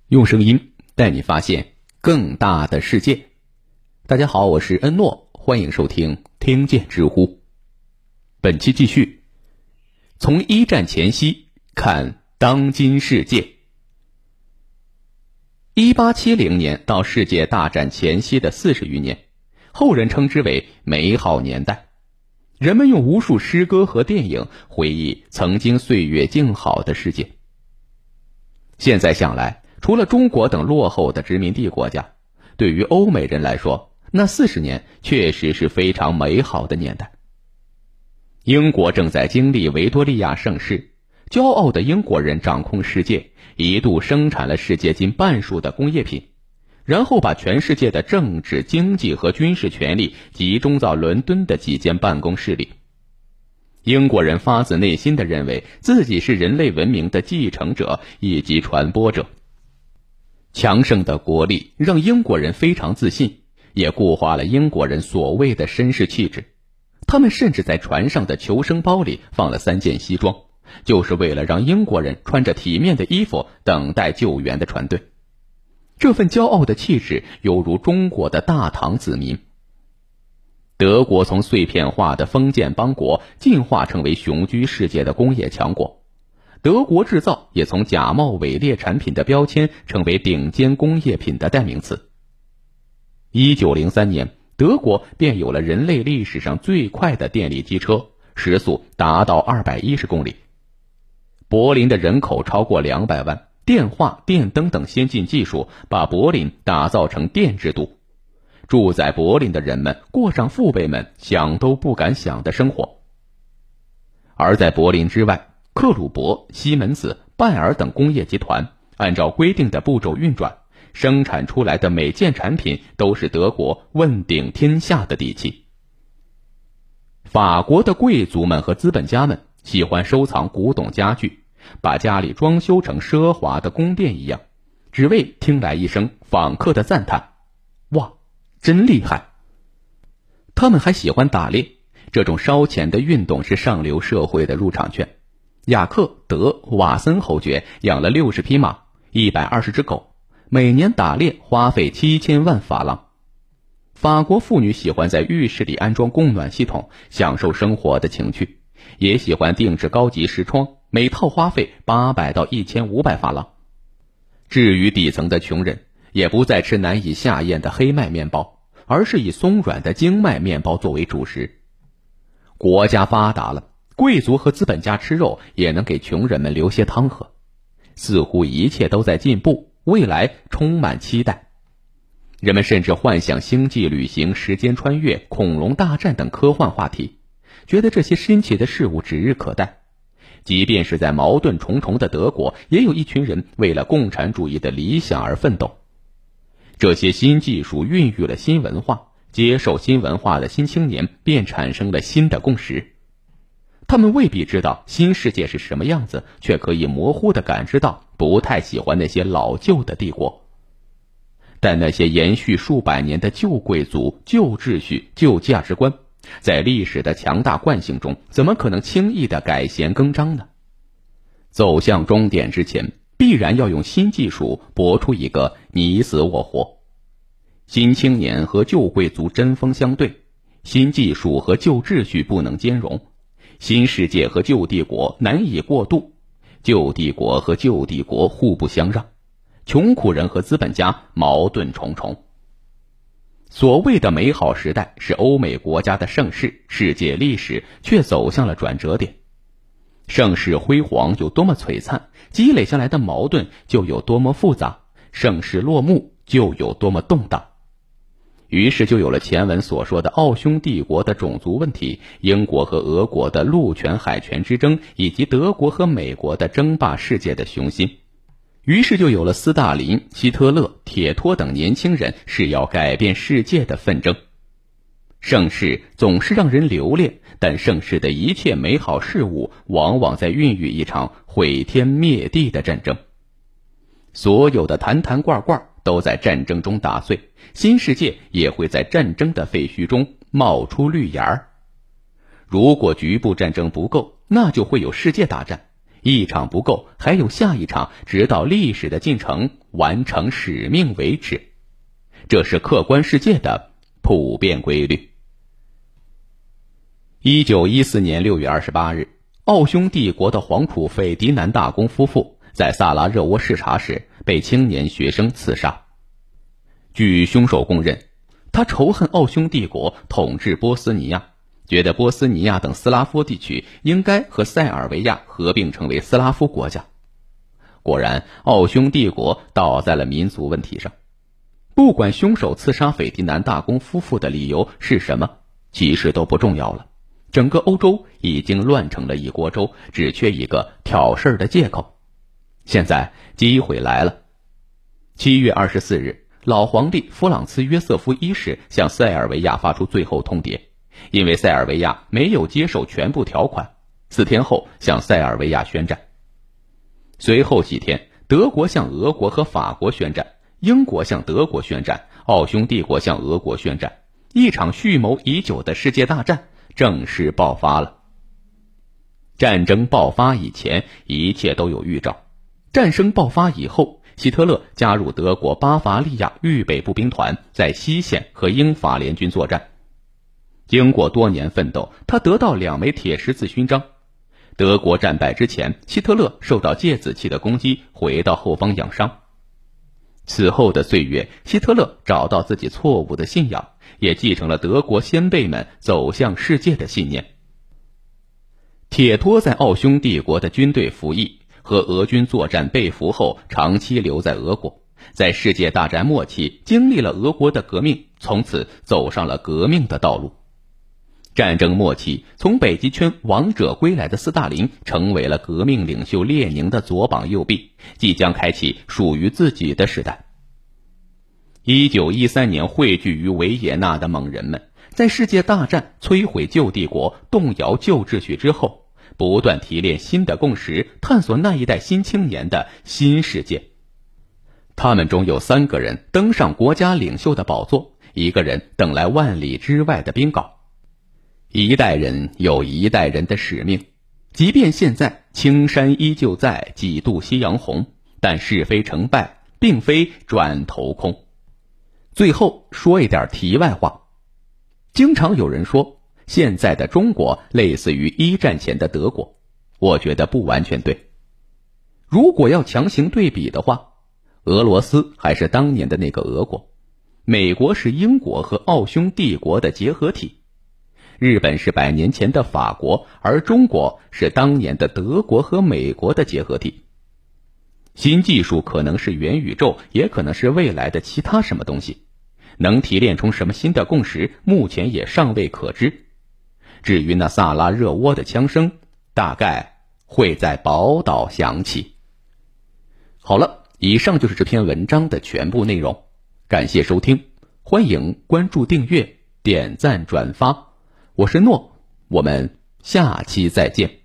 用声音带你发现更大的世界。大家好，我是恩诺，欢迎收听听见知乎。本期继续，从一战前夕看当今世界。1870年到世界大战前夕的40余年，后人称之为美好年代。人们用无数诗歌和电影回忆曾经岁月静好的世界。现在想来，除了中国等落后的殖民地国家，对于欧美人来说，那40年确实是非常美好的年代。英国正在经历维多利亚盛世，骄傲的英国人掌控世界，一度生产了世界近半数的工业品，然后把全世界的政治、经济和军事权力集中到伦敦的几间办公室里。英国人发自内心地认为自己是人类文明的继承者以及传播者。强盛的国力让英国人非常自信，也固化了英国人所谓的绅士气质。他们甚至在船上的求生包里放了3件西装，就是为了让英国人穿着体面的衣服等待救援的船队。这份骄傲的气质犹如中国的大唐子民。德国从碎片化的封建邦国进化成为雄居世界的工业强国，德国制造也从假冒伪劣产品的标签成为顶尖工业品的代名词。1903年，德国便有了人类历史上最快的电力机车，时速达到210公里。柏林的人口超过200万，电话、电灯等先进技术把柏林打造成电制都。住在柏林的人们过上父辈们想都不敢想的生活。而在柏林之外，克虏伯、西门子、拜耳等工业集团按照规定的步骤运转，生产出来的每件产品都是德国问鼎天下的底气。法国的贵族们和资本家们喜欢收藏古董家具，把家里装修成奢华的宫殿一样，只为听来一声访客的赞叹：哇，真厉害！他们还喜欢打猎，这种烧钱的运动是上流社会的入场券。雅克·德·瓦森侯爵养了60匹马，120只狗，每年打猎花费7000万法郎。法国妇女喜欢在浴室里安装供暖系统，享受生活的情趣，也喜欢定制高级视窗，每套花费800到1500法郎。至于底层的穷人，也不再吃难以下咽的黑麦面包，而是以松软的精麦面包作为主食。国家发达了，贵族和资本家吃肉也能给穷人们留些汤喝。似乎一切都在进步，未来充满期待。人们甚至幻想星际旅行、时间穿越、恐龙大战等科幻话题，觉得这些新奇的事物指日可待。即便是在矛盾重重的德国，也有一群人为了共产主义的理想而奋斗。这些新技术孕育了新文化，接受新文化的新青年便产生了新的共识。他们未必知道新世界是什么样子，却可以模糊地感知到不太喜欢那些老旧的帝国。但那些延续数百年的旧贵族、旧秩序、旧价值观，在历史的强大惯性中，怎么可能轻易地改弦更张呢？走向终点之前，必然要用新技术搏出一个你死我活。新青年和旧贵族针锋相对，新技术和旧秩序不能兼容，新世界和旧帝国难以过渡，旧帝国和旧帝国互不相让，穷苦人和资本家矛盾重重。所谓的美好时代是欧美国家的盛世，世界历史却走向了转折点。盛世辉煌有多么璀璨，积累下来的矛盾就有多么复杂，盛世落幕就有多么动荡。于是就有了前文所说的奥匈帝国的种族问题，英国和俄国的陆权海权之争，以及德国和美国的争霸世界的雄心。于是就有了斯大林、希特勒、铁托等年轻人是要改变世界的纷争。盛世总是让人留恋，但盛世的一切美好事物往往在孕育一场毁天灭地的战争。所有的坛坛罐罐都在战争中打碎，新世界也会在战争的废墟中冒出绿芽儿。如果局部战争不够，那就会有世界大战， 一场不够，还有下一场，直到历史的进程完成使命为止。这是客观世界的普遍规律。1914年6月28日，奥匈帝国的皇储斐迪南大公夫妇在萨拉热窝视察时被青年学生刺杀。据凶手供认，他仇恨奥匈帝国统治波斯尼亚，觉得波斯尼亚等斯拉夫地区应该和塞尔维亚合并成为斯拉夫国家。果然，奥匈帝国倒在了民族问题上。不管凶手刺杀斐迪南大公夫妇的理由是什么，其实都不重要了。整个欧洲已经乱成了一锅粥，只缺一个挑事儿的借口。现在机会来了。7月24日，老皇帝弗朗茨约瑟夫一世向塞尔维亚发出最后通牒，因为塞尔维亚没有接受全部条款，4天后向塞尔维亚宣战。随后几天，德国向俄国和法国宣战，英国向德国宣战，奥匈帝国向俄国宣战，一场蓄谋已久的世界大战正式爆发了。战争爆发以前，一切都有预兆。战争爆发以后，希特勒加入德国巴伐利亚预备步兵团，在西线和英法联军作战。经过多年奋斗，他得到2枚铁十字勋章。德国战败之前，希特勒受到芥子气的攻击，回到后方养伤。此后的岁月，希特勒找到自己错误的信仰，也继承了德国先辈们走向世界的信念。铁托在奥匈帝国的军队服役，和俄军作战被俘后，长期留在俄国，在世界大战末期经历了俄国的革命，从此走上了革命的道路。战争末期，从北极圈王者归来的斯大林成为了革命领袖列宁的左膀右臂，即将开启属于自己的时代。1913年汇聚于维也纳的猛人们，在世界大战摧毁旧帝国、动摇旧秩序之后，不断提炼新的共识，探索那一代新青年的新世界。他们中有3个人登上国家领袖的宝座，1个人等来万里之外的冰镐。一代人有一代人的使命，即便现在青山依旧在，几度夕阳红，但是非成败并非转头空。最后说一点题外话，经常有人说现在的中国类似于1战前的德国，我觉得不完全对。如果要强行对比的话，俄罗斯还是当年的那个俄国，美国是英国和奥匈帝国的结合体，日本是100年前的法国，而中国是当年的德国和美国的结合体。新技术可能是元宇宙，也可能是未来的其他什么东西，能提炼出什么新的共识，目前也尚未可知。至于那萨拉热窝的枪声，大概会在宝岛响起。好了，以上就是这篇文章的全部内容，感谢收听，欢迎关注订阅点赞转发，我是诺，我们下期再见。